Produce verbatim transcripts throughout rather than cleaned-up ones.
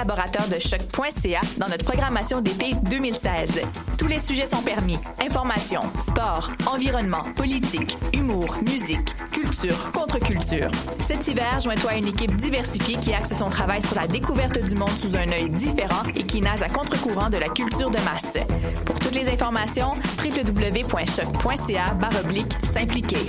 collaborateurs de choc point c a dans notre programmation d'été deux mille seize. Tous les sujets sont permis. Information, sport, environnement, politique, humour, musique, culture, contre-culture. Cet hiver, joins-toi à une équipe diversifiée qui axe son travail sur la découverte du monde sous un œil différent et qui nage à contre-courant de la culture de masse. Pour toutes les informations, w w w point choc point c a barre oblique s'impliquer.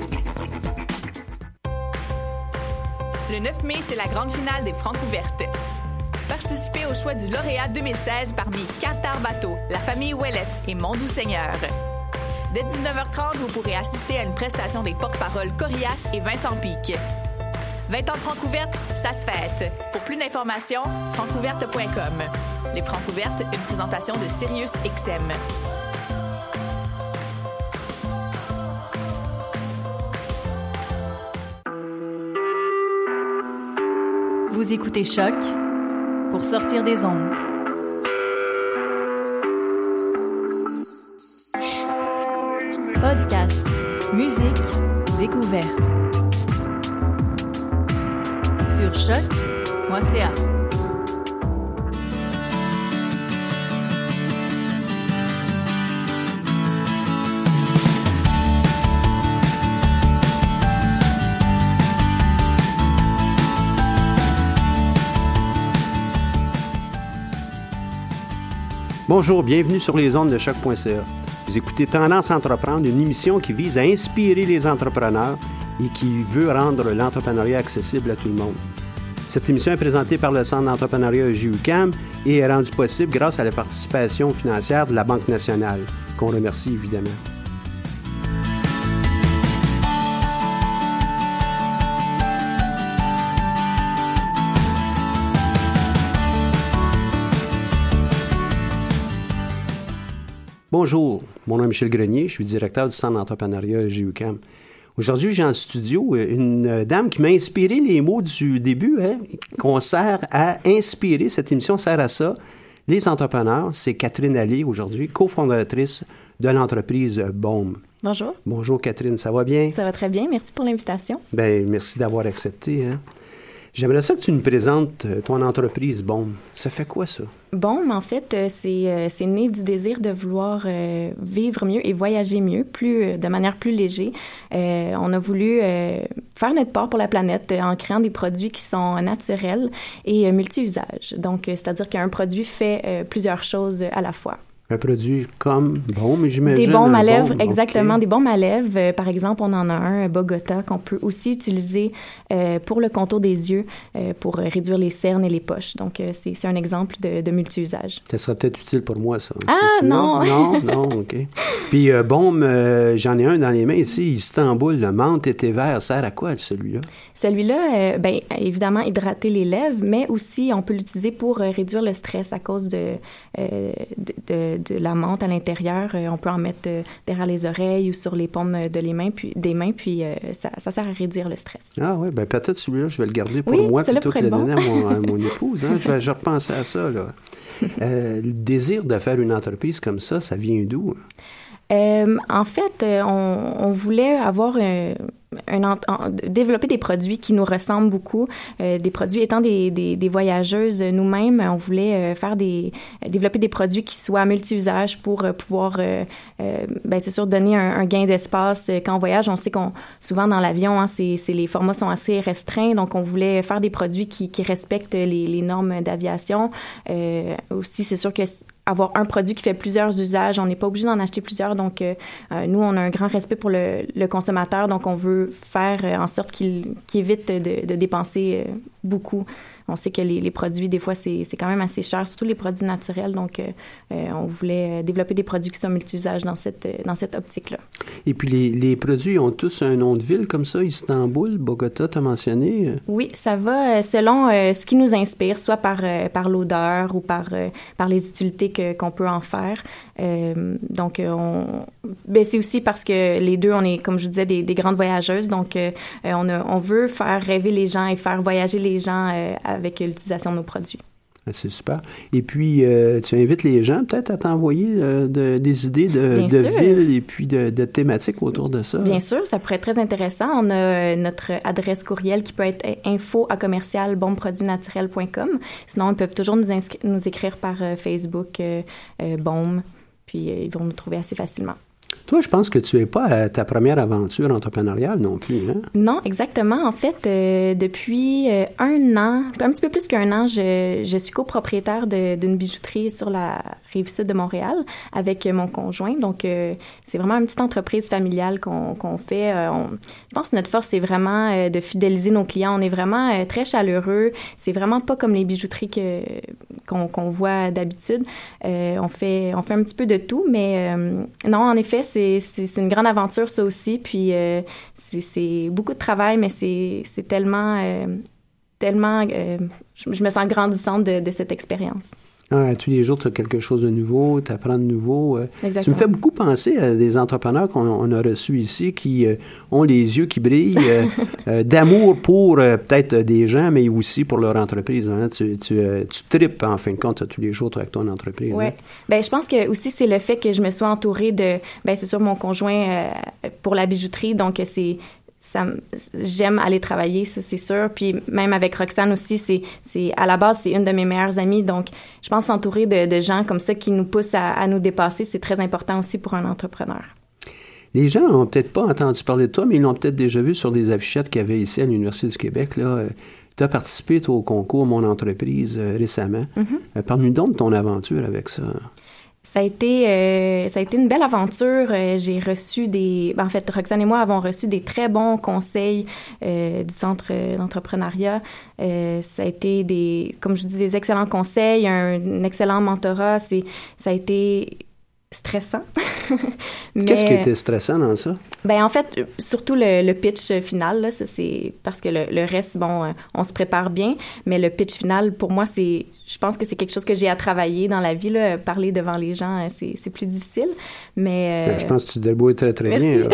Le neuf mai, c'est la grande finale des Francouvertes. Participez au choix du lauréat deux mille seize parmi Qatar Bateau, la famille Ouellette et Mon Doux Seigneur. Dès dix-neuf heures trente, vous pourrez assister à une prestation des porte-paroles Corias et Vincent Pic. vingt ans de Francouvertes, ça se fête. Pour plus d'informations, francouverte point com. Les Francouvertes, une présentation de Sirius X M. Vous écoutez Choc pour sortir des ondes. Podcast, musique, découverte. Sur choc point c a. Bonjour, bienvenue sur les ondes de choc point c a. Vous écoutez Tendance à entreprendre, une émission qui vise à inspirer les entrepreneurs et qui veut rendre l'entrepreneuriat accessible à tout le monde. Cette émission est présentée par le Centre d'entrepreneuriat J U Q A M et est rendue possible grâce à la participation financière de la Banque nationale, qu'on remercie évidemment. Bonjour, mon nom est Michel Grenier, je suis directeur du Centre d'entrepreneuriat J U Q A M. Aujourd'hui, j'ai en studio une dame qui m'a inspiré les mots du début, hein, qu'on sert à inspirer, cette émission sert à ça, les entrepreneurs. C'est Catherine Allais aujourd'hui, cofondatrice de l'entreprise B O M. Bonjour. Bonjour Catherine, ça va bien? Ça va très bien, merci pour l'invitation. Bien, merci d'avoir accepté, hein. J'aimerais ça que tu nous présentes ton entreprise B O M. Ça fait quoi, ça? B O M, en fait, c'est, c'est né du désir de vouloir euh, vivre mieux et voyager mieux, plus, de manière plus légère. Euh, on a voulu euh, faire notre part pour la planète en créant des produits qui sont naturels et euh, multi-usages. Donc, c'est-à-dire qu'un produit fait euh, plusieurs choses à la fois. Un produit comme baume, j'imagine. Des baumes à lèvres, baume, exactement. Okay. Des baumes à lèvres. Euh, par exemple, on en a un, Bogota, qu'on peut aussi utiliser euh, pour le contour des yeux, euh, pour réduire les cernes et les poches. Donc, euh, c'est, c'est un exemple de, de multi-usage. Ça serait peut-être utile pour moi, ça. Ah, non! Non, non, OK. Puis, euh, baume, euh, j'en ai un dans les mains ici, Istanbul, le menthe et thé vert, sert à quoi, celui-là? Celui-là, euh, bien, évidemment, hydrater les lèvres, mais aussi, on peut l'utiliser pour euh, réduire le stress à cause de, euh, de, de de la menthe à l'intérieur. Euh, on peut en mettre euh, derrière les oreilles ou sur les paumes de les mains, puis, des mains, puis euh, ça, ça sert à réduire le stress. Ah oui, bien peut-être celui-là, je vais le garder pour oui, moi plutôt que de le bon. donner à mon, à mon épouse. Hein. Je vais je repensais à ça, là. Euh, le désir de faire une entreprise comme ça, ça vient d'où? Euh, en fait, on, on voulait avoir un, un, un, développer des produits qui nous ressemblent beaucoup. Euh, des produits étant des, des, des voyageuses nous-mêmes, on voulait faire des développer des produits qui soient multi-usages pour pouvoir, euh, euh, ben c'est sûr, donner un, un gain d'espace. Quand on voyage, on sait qu'on souvent dans l'avion, hein, c'est, c'est les formats sont assez restreints, donc on voulait faire des produits qui, qui respectent les, les normes d'aviation. Euh, aussi, c'est sûr que avoir un produit qui fait plusieurs usages, on n'est pas obligé d'en acheter plusieurs. Donc, euh, nous, on a un grand respect pour le, le consommateur. Donc, on veut faire en sorte qu'il, qu'il évite de, de dépenser euh, beaucoup. On sait que les, les produits, des fois, c'est, c'est quand même assez cher, surtout les produits naturels. Donc, euh, on voulait développer des produits qui sont multi-usages dans cette, dans cette optique-là. Et puis, les, les produits ont tous un nom de ville comme ça, Istanbul, Bogota, tu as mentionné? Oui, ça va selon euh, ce qui nous inspire, soit par, euh, par l'odeur ou par, euh, par les utilités que, qu'on peut en faire. Euh, donc, on, ben c'est aussi parce que les deux, on est, comme je vous disais, des, des grandes voyageuses. Donc, euh, on, a, on veut faire rêver les gens et faire voyager les gens euh, avec l'utilisation de nos produits. C'est super. Et puis, euh, tu invites les gens peut-être à t'envoyer euh, de, des idées de, de villes et puis de, de thématiques autour de ça. Bien sûr, ça pourrait être très intéressant. On a euh, notre adresse courriel qui peut être info à commercial bombeproduits naturels point com. Sinon, ils peuvent toujours nous, inscri- nous écrire par euh, Facebook euh, euh, Bombe, puis euh, ils vont nous trouver assez facilement. Toi, je pense que tu n'es pas à ta première aventure entrepreneuriale non plus, hein? Non, exactement. En fait, euh, depuis euh, un an, un petit peu plus qu'un an, je, je suis copropriétaire de, d'une bijouterie sur la rive sud de Montréal avec mon conjoint. Donc, euh, c'est vraiment une petite entreprise familiale qu'on, qu'on fait. Euh, on, je pense que notre force, c'est vraiment euh, de fidéliser nos clients. On est vraiment euh, très chaleureux. C'est vraiment pas comme les bijouteries que, qu'on, qu'on voit d'habitude. Euh, on fait, on fait un petit peu de tout, mais euh, non, en effet, c'est C'est, c'est, c'est une grande aventure, ça aussi. Puis, euh, c'est, c'est beaucoup de travail, mais c'est, c'est tellement... Euh, tellement euh, je, je me sens grandissante de, de cette expérience. Ah, tous les jours, tu as quelque chose de nouveau, tu apprends de nouveau. Euh, Exactement. Ça me fait beaucoup penser à des entrepreneurs qu'on on a reçus ici qui euh, ont les yeux qui brillent euh, euh, d'amour pour euh, peut-être des gens, mais aussi pour leur entreprise. Hein. Tu, tu, euh, tu tripes, en fin de compte, tous les jours toi, avec ton entreprise. Oui. Hein. Bien, je pense que aussi, c'est le fait que je me sois entourée de... Bien, c'est sûr, mon conjoint euh, pour la bijouterie, donc c'est... Ça, j'aime aller travailler, ça, c'est sûr. Puis même avec Roxane aussi, c'est, c'est à la base, c'est une de mes meilleures amies. Donc, je pense s'entourer de, de gens comme ça qui nous poussent à, à nous dépasser, c'est très important aussi pour un entrepreneur. Les gens n'ont peut-être pas entendu parler de toi, mais ils l'ont peut-être déjà vu sur des affichettes qu'il y avait ici à l'Université du Québec. Là. Tu as participé, toi, au concours Mon entreprise euh, récemment. Mm-hmm. Euh, parle-nous donc de ton aventure avec ça. Ça a été, euh, ça a été une belle aventure. Euh, j'ai reçu des... En fait, Roxane et moi avons reçu des très bons conseils euh, du Centre d'entrepreneuriat. Euh, ça a été des, comme je dis, des excellents conseils, un, un excellent mentorat. C'est, ça a été stressant. Mais, qu'est-ce qui était stressant dans ça? Ben en fait, surtout le, le pitch final, là, ça, c'est parce que le, le reste, bon, on se prépare bien, mais le pitch final, pour moi, c'est, je pense que c'est quelque chose que j'ai à travailler dans la vie, là. Parler devant les gens, c'est, c'est plus difficile, mais... Euh, ben, je pense que tu te débrouilles très, très merci. bien, là.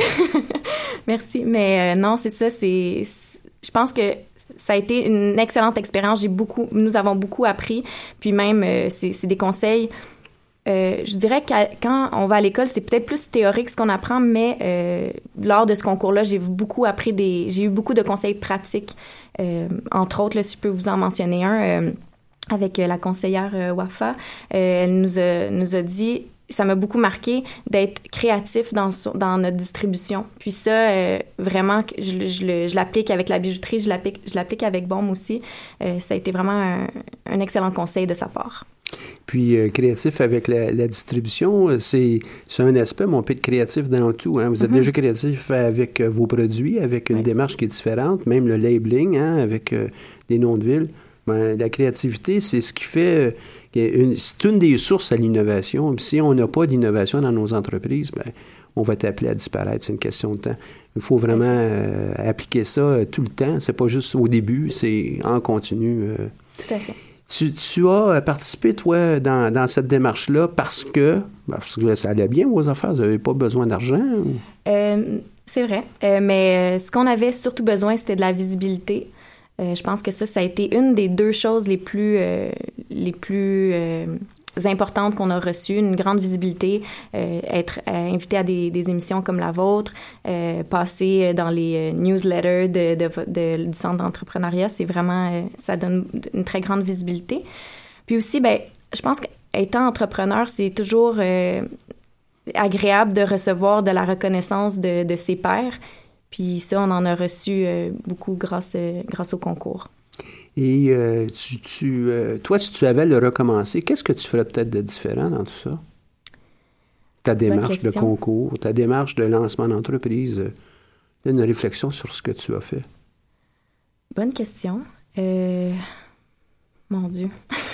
Merci, mais euh, non, c'est ça, c'est... Je pense que ça a été une excellente expérience. J'ai beaucoup, nous avons beaucoup appris, puis même, euh, c'est, c'est des conseils... Euh, je dirais que quand on va à l'école, c'est peut-être plus théorique ce qu'on apprend, mais euh, lors de ce concours-là, j'ai beaucoup appris des... J'ai eu beaucoup de conseils pratiques. Euh, entre autres, là, si je peux vous en mentionner un, euh, avec la conseillère euh, Wafa, euh, elle nous a, nous a dit... Ça m'a beaucoup marqué d'être créatif dans, dans notre distribution. Puis ça, euh, vraiment, je, je, je l'applique avec la bijouterie, je l'applique, je l'applique avec Bombe aussi. Euh, ça a été vraiment un, un excellent conseil de sa part. Puis, euh, créatif avec la, la distribution, c'est, c'est un aspect, mais on peut être créatif dans tout. Hein. Vous êtes mm-hmm. déjà créatif avec euh, vos produits, avec une oui. démarche qui est différente, même le labeling, hein, avec euh, des noms de villes. Ben, la créativité, c'est ce qui fait... Euh, une, c'est une des sources à l'innovation. Si on n'a pas d'innovation dans nos entreprises, ben, on va être appelé à disparaître. C'est une question de temps. Il faut vraiment euh, appliquer ça euh, tout le temps. C'est pas juste au début, c'est en continu. Euh. Tout à fait. Tu, tu as participé, toi, dans, dans cette démarche-là parce que, parce que ça allait bien vos affaires, vous n'avez pas besoin d'argent? Ou? Euh, c'est vrai, euh, mais ce qu'on avait surtout besoin, c'était de la visibilité. Euh, je pense que ça, ça a été une des deux choses les plus, euh, les plus euh, importantes qu'on a reçues, une grande visibilité, euh, être euh, invité à des, des émissions comme la vôtre, euh, passer dans les newsletters de, de, de, du Centre d'entrepreneuriat, c'est vraiment, euh, ça donne une très grande visibilité. Puis aussi, ben, je pense qu'étant entrepreneur, c'est toujours euh, agréable de recevoir de la reconnaissance de, de ses pairs. Puis ça, on en a reçu euh, beaucoup grâce, euh, grâce au concours. Et euh, tu, tu, euh, toi, si tu avais le recommencer, qu'est-ce que tu ferais peut-être de différent dans tout ça? Ta démarche de concours, ta démarche de lancement d'entreprise, euh, une réflexion sur ce que tu as fait. Bonne question. Euh, mon Dieu.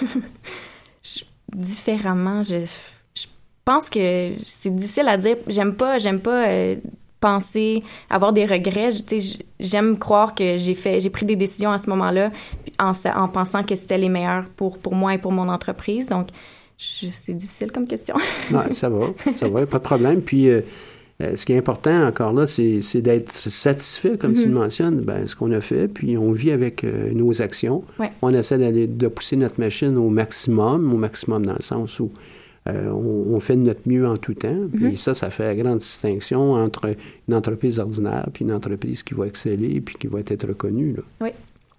je, différemment, je, je pense que c'est difficile à dire. J'aime pas, j'aime pas... Euh, penser, avoir des regrets. Tu sais, j'aime croire que j'ai fait, j'ai pris des décisions à ce moment-là en, en pensant que c'était les meilleures pour, pour moi et pour mon entreprise. Donc, je, c'est difficile comme question. Non, ça va, ça va, pas de problème. Puis, euh, Euh, ce qui est important encore là, c'est, c'est d'être satisfait, comme mm-hmm. tu le mentionnes, ben, ce qu'on a fait, puis on vit avec euh, nos actions. Ouais. On essaie d'aller, de pousser notre machine au maximum, au maximum dans le sens où euh, on, on fait de notre mieux en tout temps. Puis mm-hmm. ça, ça fait la grande distinction entre une entreprise ordinaire puis une entreprise qui va exceller puis qui va être reconnue, là. Oui.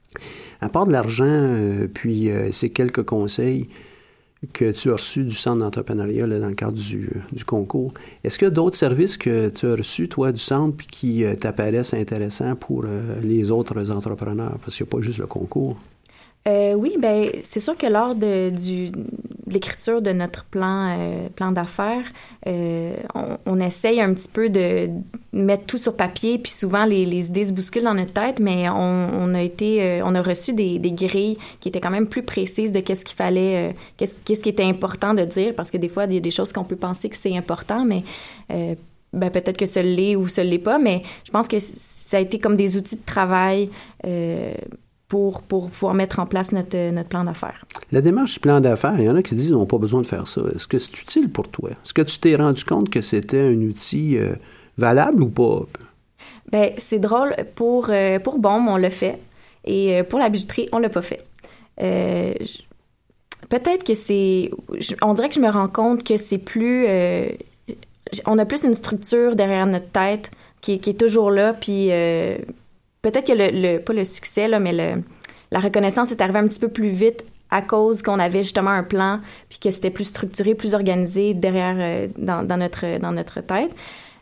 À part de l'argent, euh, puis euh, ces quelques conseils que tu as reçus du Centre d'entrepreneuriat là, dans le cadre du, du concours, est-ce qu'il y a d'autres services que tu as reçus, toi, du Centre, puis qui euh, t'apparaissent intéressants pour euh, les autres entrepreneurs? Parce qu'il n'y a pas juste le concours. Euh, oui, bien, c'est sûr que lors de, du, de l'écriture de notre plan, euh, plan d'affaires, euh, on, on essaye un petit peu de mettre tout sur papier, puis souvent les, les idées se bousculent dans notre tête, mais on, on a été, euh, on a reçu des, des grilles qui étaient quand même plus précises de qu'est-ce qu'il fallait, euh, qu'est-ce, qu'est-ce qui était important de dire, parce que des fois, il y a des choses qu'on peut penser que c'est important, mais euh, ben, peut-être que ça l'est ou ça l'est pas, mais je pense que ça a été comme des outils de travail euh, Pour, pour pouvoir mettre en place notre, notre plan d'affaires. La démarche du plan d'affaires, il y en a qui disent qu'ils n'ont pas besoin de faire ça. Est-ce que c'est utile pour toi? Est-ce que tu t'es rendu compte que c'était un outil euh, valable ou pas? Bien, c'est drôle. Pour, euh, pour Beaume, on l'a fait. Et euh, pour la bijouterie, on l'a pas fait. Euh, je, peut-être que c'est... Je, on dirait que je me rends compte que c'est plus... Euh, on a plus une structure derrière notre tête qui, qui est toujours là, puis... Euh, peut-être que le, le pas le succès, là, mais le, la reconnaissance est arrivée un petit peu plus vite à cause qu'on avait justement un plan, puis que c'était plus structuré, plus organisé derrière, euh, dans, dans, notre, dans notre tête.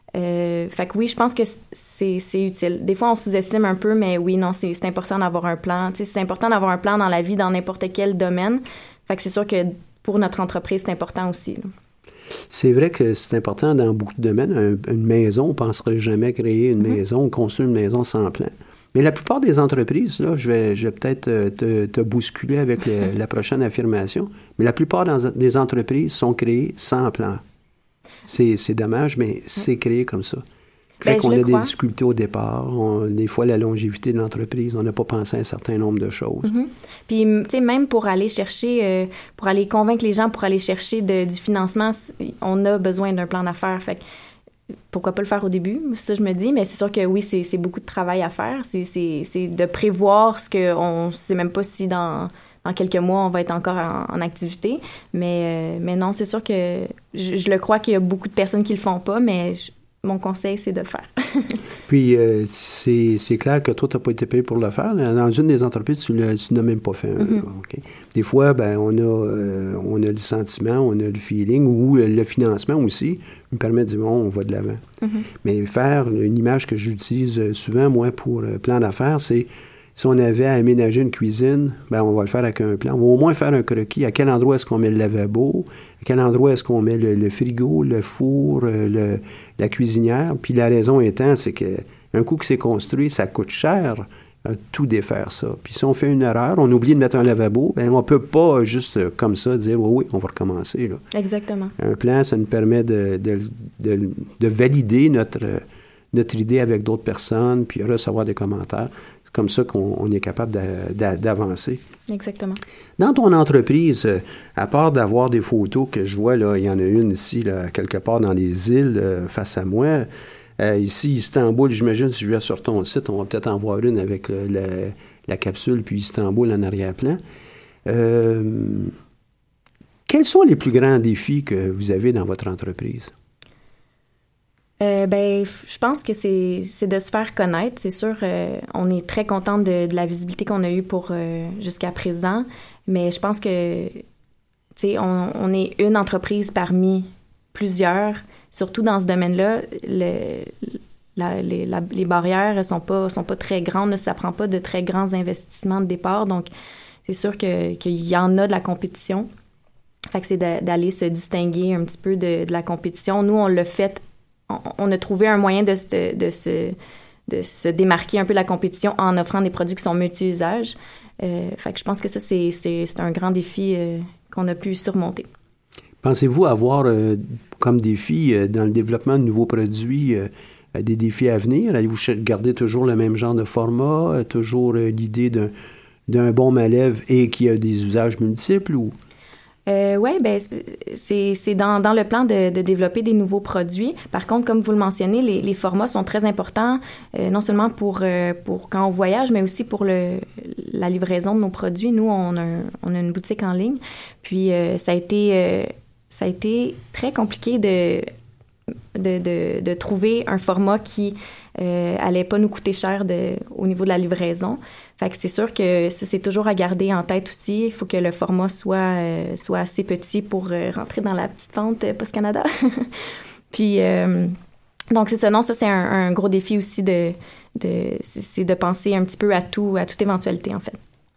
Euh, fait que oui, je pense que c'est, c'est utile. Des fois, on sous-estime un peu, mais oui, non, c'est, c'est important d'avoir un plan. Tu sais, c'est important d'avoir un plan dans la vie, dans n'importe quel domaine. Fait que c'est sûr que pour notre entreprise, c'est important aussi, là. C'est vrai que c'est important dans beaucoup de domaines. Un, une maison, on ne penserait jamais créer une mm-hmm. maison, construire une maison sans plan. Mais la plupart des entreprises, là, je vais, je vais peut-être te, te bousculer avec le, la prochaine affirmation, mais la plupart des entreprises sont créées sans plan. C'est, c'est dommage, mais c'est créé comme ça. Fait ben, qu'on a des crois. difficultés au départ. On, des fois, la longévité de l'entreprise, on n'a pas pensé à un certain nombre de choses. Mm-hmm. Puis, tu sais, même pour aller chercher, euh, pour aller convaincre les gens, pour aller chercher de, du financement, on a besoin d'un plan d'affaires. Fait que pourquoi pas le faire au début? C'est ça, je me dis. Mais c'est sûr que oui, c'est, c'est beaucoup de travail à faire. C'est, c'est, c'est de prévoir ce qu'on ne sait même pas si dans... dans quelques mois, on va être encore en, en activité. Mais, euh, mais non, c'est sûr que je, je le crois qu'il y a beaucoup de personnes qui le font pas, mais je, mon conseil, c'est de le faire. Puis, euh, c'est, c'est clair que toi, tu n'as pas été payé pour le faire. Dans une des entreprises, tu, le, tu n'as même pas fait. Mm-hmm. Okay. Des fois, ben, on, a, euh, on a le sentiment, on a le feeling ou le financement aussi nous permet de dire, bon, on va de l'avant. Mm-hmm. Mais faire une image que j'utilise souvent, moi, pour le plan d'affaires, c'est si on avait à aménager une cuisine, ben on va le faire avec un plan. On va au moins faire un croquis. À quel endroit est-ce qu'on met le lavabo? À quel endroit est-ce qu'on met le, le frigo, le four, le, la cuisinière? Puis la raison étant, c'est qu'un coup que c'est construit, ça coûte cher euh, tout défaire ça. Puis si on fait une erreur, on oublie de mettre un lavabo, ben on peut pas juste euh, comme ça dire oui, oui, on va recommencer, là. Exactement. Un plan, ça nous permet de, de, de, de valider notre, notre idée avec d'autres personnes, puis recevoir des commentaires. C'est comme ça qu'on on est capable d'a, d'a, d'avancer. Exactement. Dans ton entreprise, à part d'avoir des photos que je vois, là, il y en a une ici, là, quelque part dans les îles, euh, face à moi. Euh, ici, Istanbul, j'imagine, si je vais sur ton site, on va peut-être en voir une avec le, le, la capsule, puis Istanbul en arrière-plan. Euh, quels sont les plus grands défis que vous avez dans votre entreprise? Euh, ben, je pense que c'est, c'est de se faire connaître. C'est sûr, euh, on est très contente de, de la visibilité qu'on a eue pour euh, jusqu'à présent, mais je pense que, tu sais, on, on est une entreprise parmi plusieurs, surtout dans ce domaine-là. Le, la, les, la, les barrières sont pas sont pas très grandes, là, ça prend pas de très grands investissements de départ, donc c'est sûr que qu'il y en a de la compétition. Fait que c'est de, d'aller se distinguer un petit peu de, de la compétition. Nous, on l'a fait. On a trouvé un moyen de, de, de, se, de se démarquer un peu de la compétition en offrant des produits qui sont multi-usages. Euh, fait que je pense que ça, c'est, c'est, c'est un grand défi euh, qu'on a pu surmonter. Pensez-vous avoir euh, comme défi euh, dans le développement de nouveaux produits euh, des défis à venir? Allez-vous garder toujours le même genre de format, euh, toujours euh, l'idée d'un, d'un bon malève et qui a des usages multiples ou... Euh, oui, ben c'est, c'est dans, dans le plan de, de développer des nouveaux produits. Par contre, comme vous le mentionnez, les, les formats sont très importants, euh, non seulement pour, euh, pour quand on voyage, mais aussi pour le, la livraison de nos produits. Nous, on a, un, on a une boutique en ligne, puis euh, ça a été, euh, ça a été très compliqué de, de, de, de trouver un format qui euh, allait pas nous coûter cher de, au niveau de la livraison. Fait que c'est sûr que ça, c'est toujours à garder en tête aussi. Il faut que le format soit, euh, soit assez petit pour euh, rentrer dans la petite vente euh, Post Canada. Puis, euh, donc, c'est ça. Non, ça, c'est un, un gros défi aussi de, de, c'est, c'est de penser un petit peu à tout, à toute éventualité, en fait.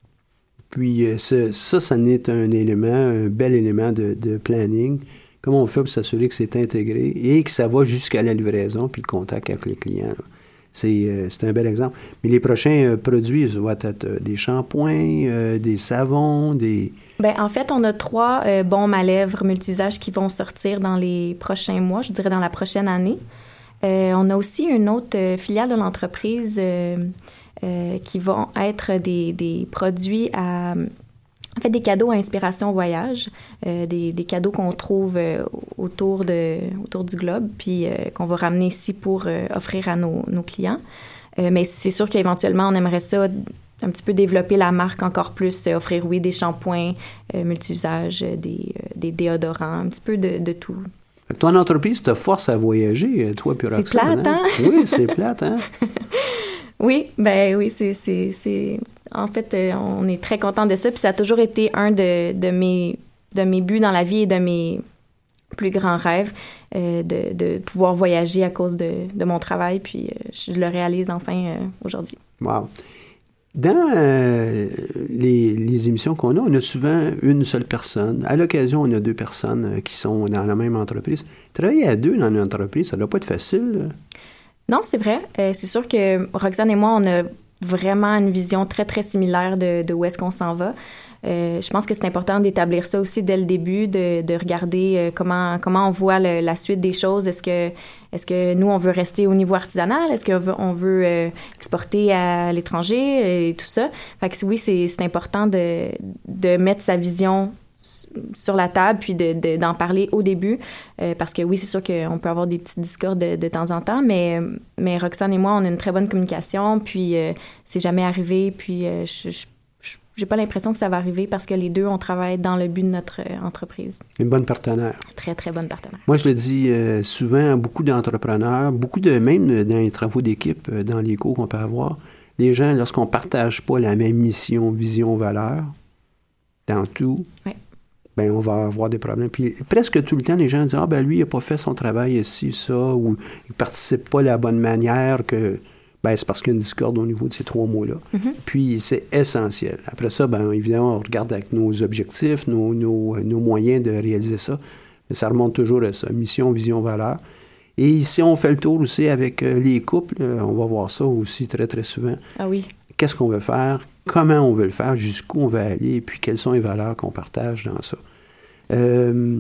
Puis, euh, ça, ça, ça n'est un élément, un bel élément de, de planning. Comment on fait pour s'assurer que c'est intégré et que ça va jusqu'à la livraison puis le contact avec les clients, là. C'est, euh, c'est un bel exemple. Mais les prochains euh, produits, ça va être euh, des shampoings, euh, des savons, des... Bien, en fait, on a trois euh, baumes à lèvres multi-usages qui vont sortir dans les prochains mois, je dirais dans la prochaine année. Euh, on a aussi une autre euh, filiale de l'entreprise euh, euh, qui vont être des, des produits à... En fait, des cadeaux à inspiration voyage, euh, des, des cadeaux qu'on trouve euh, autour, de, autour du globe, puis euh, qu'on va ramener ici pour euh, offrir à nos, nos clients. Euh, mais c'est sûr qu'éventuellement, on aimerait ça un petit peu développer la marque encore plus, euh, offrir, oui, des shampoings euh, multi-usages, euh, des, euh, des déodorants, un petit peu de, de tout. Ton entreprise te force à voyager, toi puis Roxane. C'est plate, hein? hein? Oui, c'est plate, hein? Oui, ben oui, c'est... c'est, c'est... En fait, euh, on est très content de ça. Puis ça a toujours été un de, de, mes, de mes buts dans la vie et de mes plus grands rêves, euh, de, de pouvoir voyager à cause de, de mon travail. Puis euh, je le réalise enfin euh, aujourd'hui. Wow. Dans euh, les, les émissions qu'on a, on a souvent une seule personne. À l'occasion, on a deux personnes euh, qui sont dans la même entreprise. Travailler à deux dans une entreprise, ça ne doit pas être facile, là. Non, c'est vrai. Euh, c'est sûr que Roxane et moi, on a vraiment une vision très, très similaire de, de où est-ce qu'on s'en va. Euh, je pense que c'est important d'établir ça aussi dès le début, de, de regarder euh, comment, comment on voit le, la suite des choses. Est-ce que, est-ce que nous, on veut rester au niveau artisanal? Est-ce qu'on veut, on veut euh, exporter à l'étranger et tout ça? Fait que oui, c'est, c'est important de, de mettre sa vision sur la table, puis de, de, d'en parler au début, euh, parce que oui, c'est sûr qu'on peut avoir des petites discordes de, de temps en temps, mais, mais Roxane et moi, on a une très bonne communication, puis euh, c'est jamais arrivé, puis euh, je, je, j'ai pas l'impression que ça va arriver parce que les deux, on travaille dans le but de notre euh, entreprise. Une bonne partenaire. Très, très bonne partenaire. Moi, je le dis euh, souvent, beaucoup d'entrepreneurs, beaucoup de, même dans les travaux d'équipe, euh, dans les cours qu'on peut avoir, les gens, lorsqu'on partage pas la même mission, vision, valeur, dans tout, ouais. ben on va avoir des problèmes. Puis presque tout le temps, les gens disent « Ah, ben lui, il n'a pas fait son travail ici, ça, ou il ne participe pas de la bonne manière, que ben c'est parce qu'il y a une discorde au niveau de ces trois mots-là. Mm-hmm. » Puis c'est essentiel. Après ça, ben évidemment, on regarde avec nos objectifs, nos, nos, nos moyens de réaliser ça. Mais ça remonte toujours à ça, mission, vision, valeur. Et si on fait le tour aussi avec euh, les couples, euh, on va voir ça aussi très, très souvent. Ah oui. Qu'est-ce qu'on veut faire, comment on veut le faire, jusqu'où on veut aller, et puis quelles sont les valeurs qu'on partage dans ça. Euh,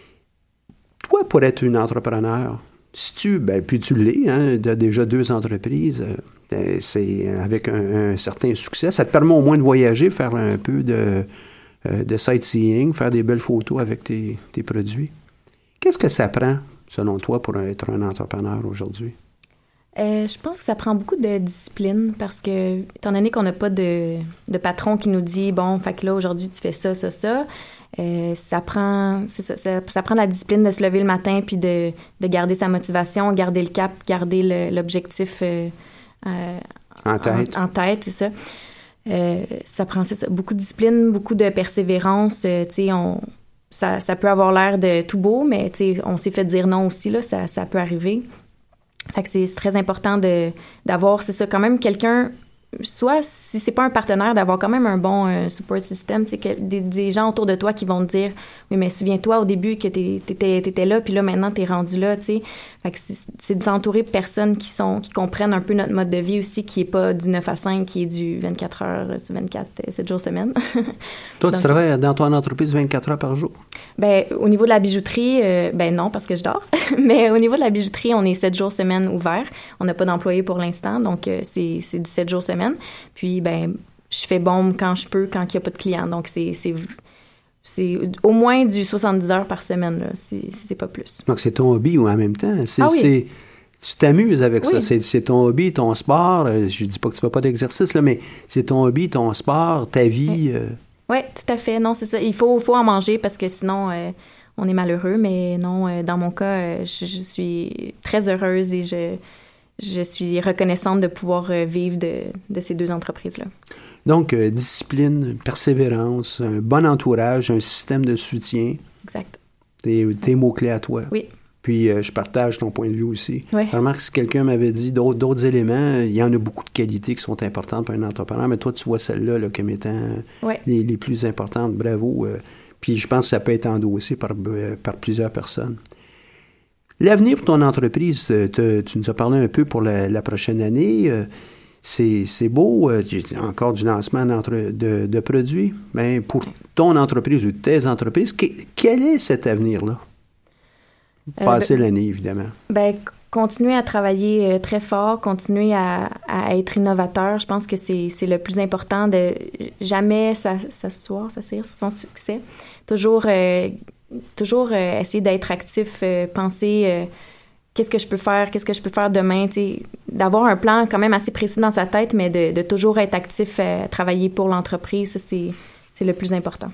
toi, pour être une entrepreneur, si tu, ben, puis tu l'es, hein, tu as déjà deux entreprises, euh, c'est avec un, un certain succès, ça te permet au moins de voyager, faire un peu de, euh, de sightseeing, faire des belles photos avec tes, tes produits. Qu'est-ce que ça prend, selon toi, pour être un entrepreneur aujourd'hui? Euh, je pense que ça prend beaucoup de discipline parce que, étant donné qu'on n'a pas de, de patron qui nous dit, bon, fait que là, aujourd'hui, tu fais ça, ça, ça, euh, ça prend, c'est ça, ça, ça prend la discipline de se lever le matin puis de, de garder sa motivation, garder le cap, garder le, l'objectif euh, euh, en tête. En, en tête, c'est ça. Euh, ça prend c'est ça, beaucoup de discipline, beaucoup de persévérance. Euh, tu sais, on, ça, ça peut avoir l'air de tout beau, mais tu sais, on s'est fait dire non aussi, là, ça, ça peut arriver. Fait que c'est, c'est très important de, d'avoir, c'est ça, quand même quelqu'un, soit si c'est pas un partenaire, d'avoir quand même un bon euh, support system, tu sais, que, des, des gens autour de toi qui vont te dire, oui, mais souviens-toi au début que t'es, t'étais, t'étais là, puis là, maintenant, t'es rendu là, tu sais. Fait que c'est, c'est de s'entourer de personnes qui sont, qui comprennent un peu notre mode de vie aussi, qui est pas du neuf à cinq, qui est du vingt-quatre heures sur vingt-quatre, sept jours semaine. Toi, Donc, tu travailles dans ton entreprise vingt-quatre heures par jour? Ben, au niveau de la bijouterie, euh, ben non, parce que je dors. Mais au niveau de la bijouterie, on est sept jours semaine ouvert. On n'a pas d'employés pour l'instant, donc euh, c'est, c'est du sept jours semaine. Puis, ben, je fais bombe quand je peux, quand il n'y a pas de clients. Donc, c'est, c'est, c'est au moins du soixante-dix heures par semaine, là, si, si c'est pas plus. Donc, c'est ton hobby ou en même temps? C'est, ah oui. c'est, tu t'amuses avec oui. ça. C'est, c'est ton hobby, ton sport. Je dis pas que tu fais pas d'exercice, là, mais c'est ton hobby, ton sport, ta vie. Oui, euh... oui, tout à fait. Non, c'est ça. Il faut, faut en manger parce que sinon, euh, on est malheureux. Mais non, euh, dans mon cas, euh, je, je suis très heureuse et je, je suis reconnaissante de pouvoir euh, vivre de, de ces deux entreprises-là. Donc, euh, discipline, persévérance, un bon entourage, un système de soutien. Exact. Tes, tes mots-clés à toi. Oui. Puis, euh, je partage ton point de vue aussi. Oui. Je remarque que si quelqu'un m'avait dit d'autres, d'autres éléments, il y en a beaucoup de qualités qui sont importantes pour un entrepreneur, mais toi, tu vois celle-là là, comme étant oui. les, les plus importantes. Bravo. Euh, puis, je pense que ça peut être endossé par, euh, par plusieurs personnes. L'avenir pour ton entreprise, te, tu nous as parlé un peu pour la, la prochaine année. Euh, C'est, c'est beau, euh, encore du lancement de, de produits. Mais pour ton entreprise ou tes entreprises, que, quel est cet avenir-là? Passer euh, ben, l'année, évidemment. Ben, continuer à travailler euh, très fort, continuer à, à être innovateur. Je pense que c'est, c'est le plus important de jamais s'asseoir, s'asseoir sur son succès. Toujours, euh, toujours euh, essayer d'être actif, euh, penser... Euh, qu'est-ce que je peux faire, qu'est-ce que je peux faire demain, tu sais, d'avoir un plan quand même assez précis dans sa tête, mais de, de toujours être actif, à travailler pour l'entreprise, ça, c'est, c'est le plus important.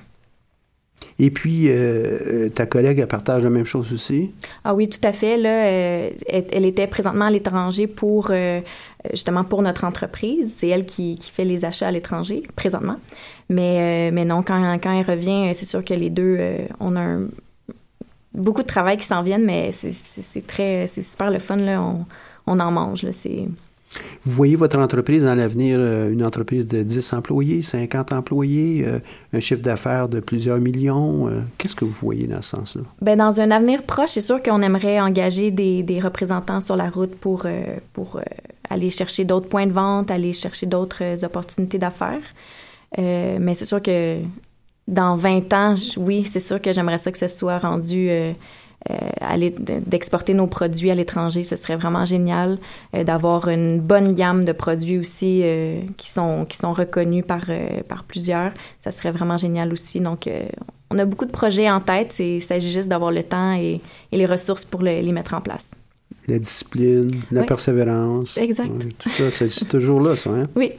Et puis, euh, ta collègue, elle partage la même chose aussi? Ah oui, tout à fait. Là, euh, elle, elle était présentement à l'étranger pour, euh, justement, pour notre entreprise. C'est elle qui, qui fait les achats à l'étranger, présentement. Mais, euh, mais non, quand, quand elle revient, c'est sûr que les deux, euh, on a un... beaucoup de travail qui s'en viennent, mais c'est, c'est, c'est très, c'est super le fun, là. On, on en mange, là. C'est... Vous voyez votre entreprise dans l'avenir, euh, une entreprise de dix employés, cinquante employés, euh, un chiffre d'affaires de plusieurs millions. Euh, qu'est-ce que vous voyez dans ce sens-là? Bien, dans un avenir proche, c'est sûr qu'on aimerait engager des, des représentants sur la route pour, euh, pour euh, aller chercher d'autres points de vente, aller chercher d'autres euh, opportunités d'affaires. Euh, mais c'est sûr que dans vingt ans, oui, c'est sûr que j'aimerais ça que ce soit rendu, euh, euh, aller, d'exporter nos produits à l'étranger. Ce serait vraiment génial euh, d'avoir une bonne gamme de produits aussi euh, qui sont qui sont reconnus par, euh, par plusieurs. Ça serait vraiment génial aussi. Donc, euh, on a beaucoup de projets en tête. C'est, il s'agit juste d'avoir le temps et, et les ressources pour le, les mettre en place. La discipline, la oui. persévérance. Exact. Oui, tout ça, c'est, c'est toujours là, ça, hein? Oui.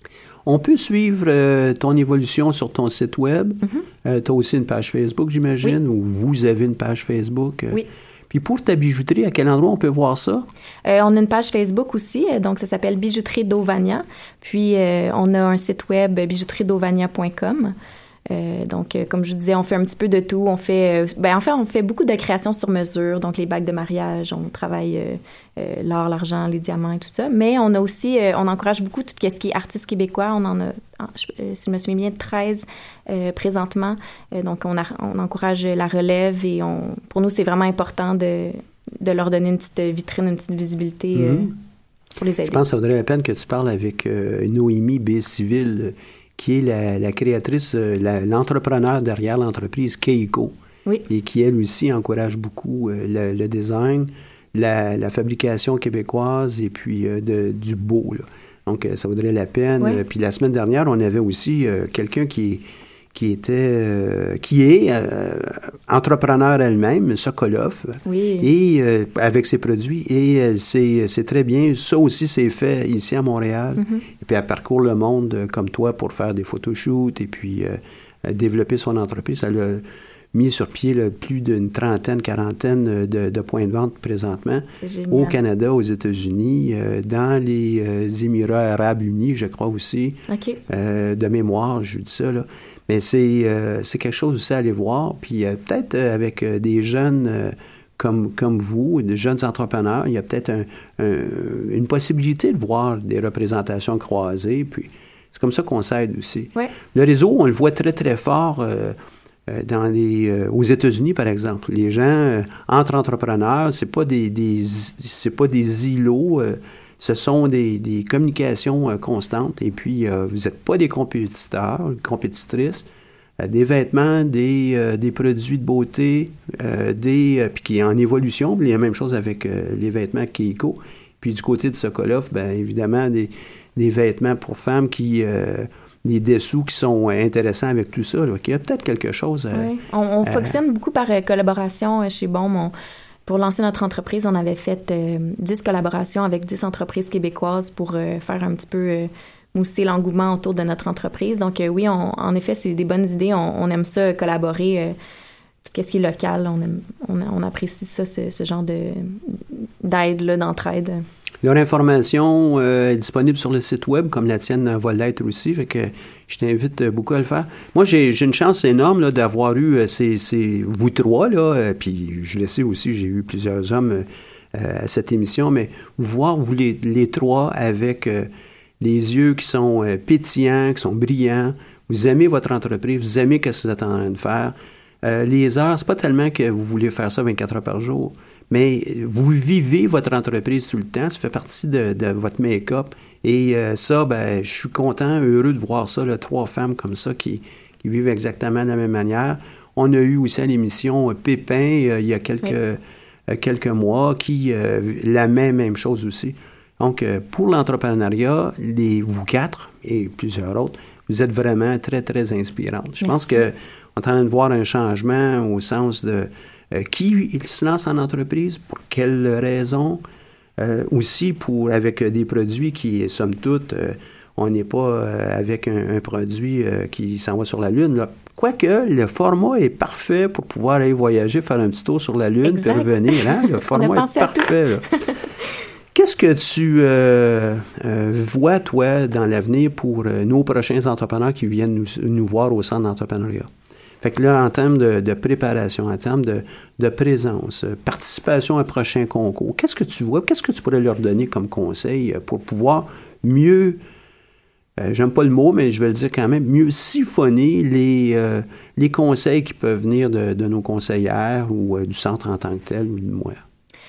On peut suivre euh, ton évolution sur ton site web. Mm-hmm. Euh, tu as aussi une page Facebook, j'imagine, oui. ou vous avez une page Facebook. Euh. Oui. Puis pour ta bijouterie, à quel endroit on peut voir ça? Euh, on a une page Facebook aussi, donc ça s'appelle Bijouterie Dovania. Puis euh, on a un site web, bijouterie dovania point com. Euh, donc, euh, comme je vous disais, on fait un petit peu de tout. On fait, euh, ben, en fait, on fait beaucoup de créations sur mesure. Donc, les bagues de mariage, on travaille euh, euh, l'or, l'argent, les diamants et tout ça. Mais on a aussi, euh, on encourage beaucoup tout ce qui est artistes québécois. On en a, euh, si je me souviens bien, treize euh, présentement. Euh, donc, on, a, on encourage la relève et on, pour nous, c'est vraiment important de, de leur donner une petite vitrine, une petite visibilité euh, mm-hmm. pour les aider. Je pense que ça vaudrait la peine que tu parles avec euh, Noémie B-Civil, qui est la, la créatrice, la, l'entrepreneur derrière l'entreprise Keiko, oui. et qui, elle aussi, encourage beaucoup euh, le, le design, la, la fabrication québécoise et puis euh, de, du beau. Là. Donc, euh, ça vaudrait la peine. Oui. Euh, puis la semaine dernière, on avait aussi euh, quelqu'un qui, qui était, euh, qui est euh, entrepreneur elle-même, Sokolov, oui. et euh, avec ses produits, et euh, c'est, c'est très bien. Ça aussi, c'est fait ici à Montréal. Mm-hmm. Et puis, elle parcourt le monde euh, comme toi pour faire des photoshoots et puis euh, développer son entreprise. Elle a mis sur pied là, plus d'une trentaine, quarantaine de, de points de vente présentement au Canada, aux États-Unis, euh, dans les euh, Émirats arabes unis, je crois aussi. OK. Euh, de mémoire, je dis ça, là. Mais c'est, euh, c'est quelque chose aussi à aller voir. Puis euh, peut-être euh, avec euh, des jeunes euh, comme, comme vous, des jeunes entrepreneurs, il y a peut-être un, un, une possibilité de voir des représentations croisées. Puis c'est comme ça qu'on s'aide aussi. Ouais. Le réseau, on le voit très, très fort euh, dans les, euh, aux États-Unis, par exemple. Les gens, euh, entre entrepreneurs, c'est pas des, des, c'est pas des îlots. Euh, Ce sont des, des communications euh, constantes. Et puis, euh, vous n'êtes pas des compétiteurs, compétitrices. Euh, des vêtements, des, euh, des produits de beauté, euh, des, euh, puis qui est en évolution. Il y a la même chose avec euh, les vêtements Keiko. Puis du côté de Sokolov, bien évidemment, des, des vêtements pour femmes qui, euh, des dessous qui sont intéressants avec tout ça. Là, qu'il y a peut-être quelque chose à... Oui. On, on à... fonctionne beaucoup par euh, collaboration chez B O M. On, pour lancer notre entreprise, on avait fait euh, dix collaborations avec dix entreprises québécoises pour euh, faire un petit peu euh, mousser l'engouement autour de notre entreprise. Donc euh, oui, on, en effet, c'est des bonnes idées. On, on aime ça, collaborer. Euh, tout ce qui est local, on, aime, on, on apprécie ça, ce, ce genre de, d'aide, là, d'entraide. Leur information euh, est disponible sur le site web, comme la tienne va l'être aussi, fait que je t'invite beaucoup à le faire. Moi, j'ai, j'ai une chance énorme là, d'avoir eu euh, ces, ces, vous trois, là, euh, puis je le sais aussi, j'ai eu plusieurs hommes euh, à cette émission, mais voir vous les, les trois avec euh, les yeux qui sont euh, pétillants, qui sont brillants, vous aimez votre entreprise, vous aimez ce que vous êtes en train de faire. Euh, les heures, c'est pas tellement que vous voulez faire ça vingt-quatre heures par jour, mais vous vivez votre entreprise tout le temps, ça fait partie de, de votre make-up. Et euh, ça, ben, je suis content, heureux de voir ça, là, trois femmes comme ça qui, qui vivent exactement de la même manière. On a eu aussi à l'émission Pépin, euh, il y a quelques, oui. euh, quelques mois, qui euh, la même, même chose aussi. Donc, euh, pour l'entrepreneuriat, les, vous quatre et plusieurs autres, vous êtes vraiment très, très inspirantes. Je Merci. pense que on est en train de voir un changement au sens de euh, qui il se lance en entreprise, pour quelles raisons, euh, aussi pour avec des produits qui, somme toute, euh, on n'est pas euh, avec un, un produit euh, qui s'en va sur la Lune. Là. Quoique, le format est parfait pour pouvoir aller voyager, faire un petit tour sur la Lune, exact. Puis revenir. Hein? Le format est parfait. Là. Qu'est-ce que tu euh, euh, vois, toi, dans l'avenir pour euh, nos prochains entrepreneurs qui viennent nous, nous voir au centre d'entrepreneuriat? Fait que là, en termes de, de préparation, en termes de, de présence, participation à un prochain concours, qu'est-ce que tu vois? Qu'est-ce que tu pourrais leur donner comme conseil pour pouvoir mieux, euh, j'aime pas le mot, mais je vais le dire quand même, mieux siphonner les, euh, les conseils qui peuvent venir de, de nos conseillères ou euh, du centre en tant que tel, ou de moi?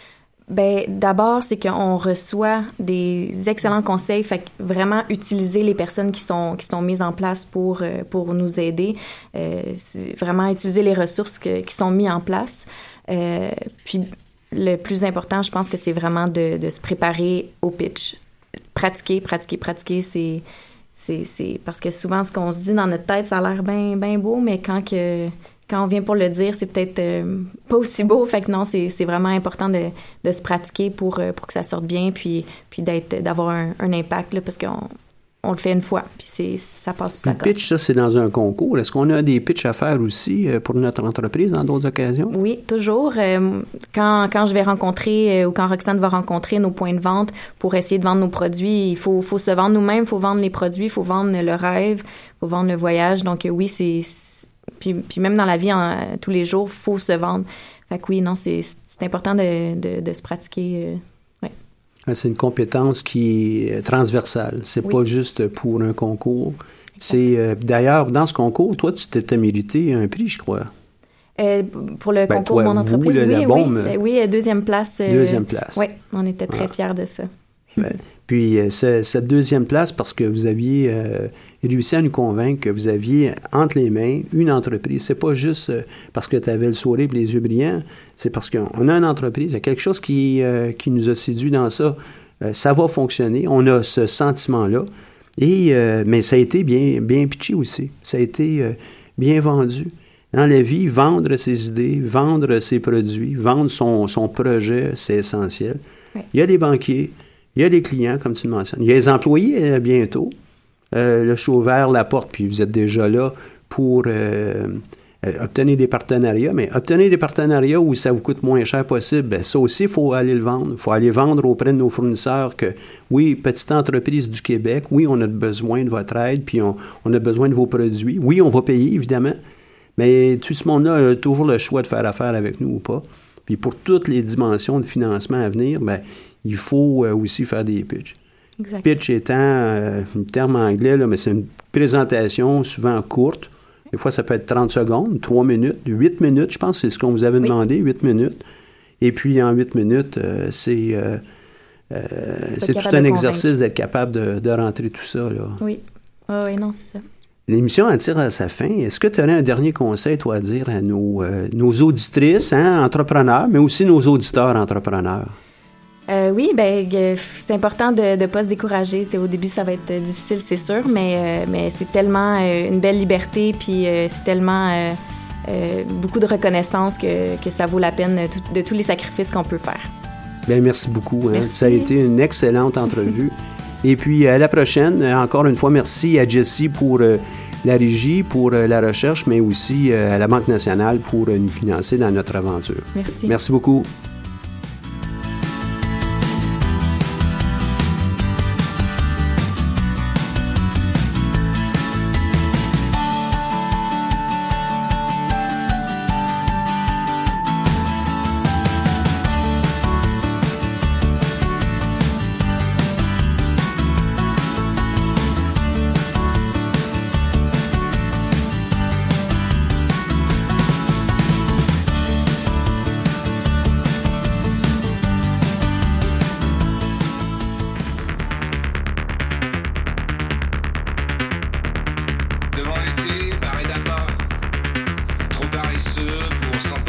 Bien, d'abord, c'est qu'on reçoit des excellents conseils, fait que vraiment utiliser les personnes qui sont qui sont mises en place pour euh, pour nous aider, euh, c'est vraiment utiliser les ressources que, qui sont mises en place. Euh, puis le plus important, je pense que c'est vraiment de, de se préparer au pitch, pratiquer, pratiquer, pratiquer. C'est c'est c'est parce que souvent ce qu'on se dit dans notre tête, ça a l'air bien bien beau, mais quand que Quand on vient pour le dire, c'est peut-être euh, pas aussi beau. Fait que non, c'est, c'est vraiment important de, de se pratiquer pour, euh, pour que ça sorte bien, puis, puis d'être, d'avoir un, un impact, là, parce qu'on on le fait une fois, puis c'est, ça passe sous sa coche. Le pitch, ça, c'est dans un concours. Est-ce qu'on a des pitchs à faire aussi euh, pour notre entreprise dans d'autres occasions? Oui, toujours. Euh, quand, quand je vais rencontrer, euh, ou quand Roxane va rencontrer nos points de vente pour essayer de vendre nos produits, il faut, faut se vendre nous-mêmes, il faut vendre les produits, il faut vendre le rêve, il faut vendre le voyage. Donc euh, oui, c'est... Puis, puis même dans la vie, en, tous les jours, il faut se vendre. Fait que oui, non, c'est, c'est important de, de, de se pratiquer. Euh, ouais. C'est une compétence qui est transversale. C'est oui. pas juste pour un concours. C'est, euh, d'ailleurs, dans ce concours, toi, tu t'étais mérité un prix, je crois. Euh, pour le ben, concours toi, de mon entreprise, vous, oui, la bombe, oui, oui, deuxième place. Euh, deuxième place. Oui, on était très ah. fiers de ça. Ben, puis, euh, ce, cette deuxième place, parce que vous aviez euh, réussi à nous convaincre que vous aviez entre les mains une entreprise. C'est pas juste euh, parce que tu avais le sourire et les yeux brillants, c'est parce qu'on a une entreprise, il y a quelque chose qui, euh, qui nous a séduit dans ça. Euh, ça va fonctionner, on a ce sentiment-là. Et, euh, mais ça a été bien, bien pitché aussi. Ça a été euh, bien vendu. Dans la vie, vendre ses idées, vendre ses produits, vendre son, son projet, c'est essentiel. Oui. Il y a des banquiers, il y a des clients, comme tu le mentionnes. Il y a les employés euh, bientôt. Euh, là, je suis ouvert la porte, puis vous êtes déjà là pour euh, euh, obtenir des partenariats. Mais obtenir des partenariats où ça vous coûte moins cher possible, bien, ça aussi, il faut aller le vendre. Il faut aller vendre auprès de nos fournisseurs que, oui, petite entreprise du Québec, oui, on a besoin de votre aide, puis on, on a besoin de vos produits. Oui, on va payer, évidemment, mais tout ce monde-là a toujours le choix de faire affaire avec nous ou pas. Puis pour toutes les dimensions de financement à venir, bien, il faut euh, aussi faire des pitchs. Exact. Pitch étant euh, un terme anglais, là, mais c'est une présentation souvent courte. Des fois, ça peut être trente secondes, trois minutes, huit minutes, je pense que c'est ce qu'on vous avait oui. demandé, huit minutes. Et puis, en huit minutes, euh, c'est, euh, euh, c'est tout un exercice d'être capable de, de rentrer tout ça. Là. Oui. Oh, oui, non, c'est ça. L'émission en tire à sa fin. Est-ce que tu aurais un dernier conseil, toi, à dire à nos, euh, nos auditrices, hein, entrepreneurs, mais aussi nos auditeurs entrepreneurs? Euh, Euh, oui, ben c'est important de ne pas se décourager. T'sais, au début, ça va être difficile, c'est sûr, mais, euh, mais c'est tellement euh, une belle liberté, puis euh, c'est tellement euh, euh, beaucoup de reconnaissance que, que ça vaut la peine de, de tous les sacrifices qu'on peut faire. Bien, merci beaucoup. Hein. Merci. Ça a été une excellente entrevue. Et puis, à la prochaine. Encore une fois, merci à Jessie pour euh, la régie, pour euh, la recherche, mais aussi euh, à la Banque nationale pour euh, nous financer dans notre aventure. Merci. Merci beaucoup.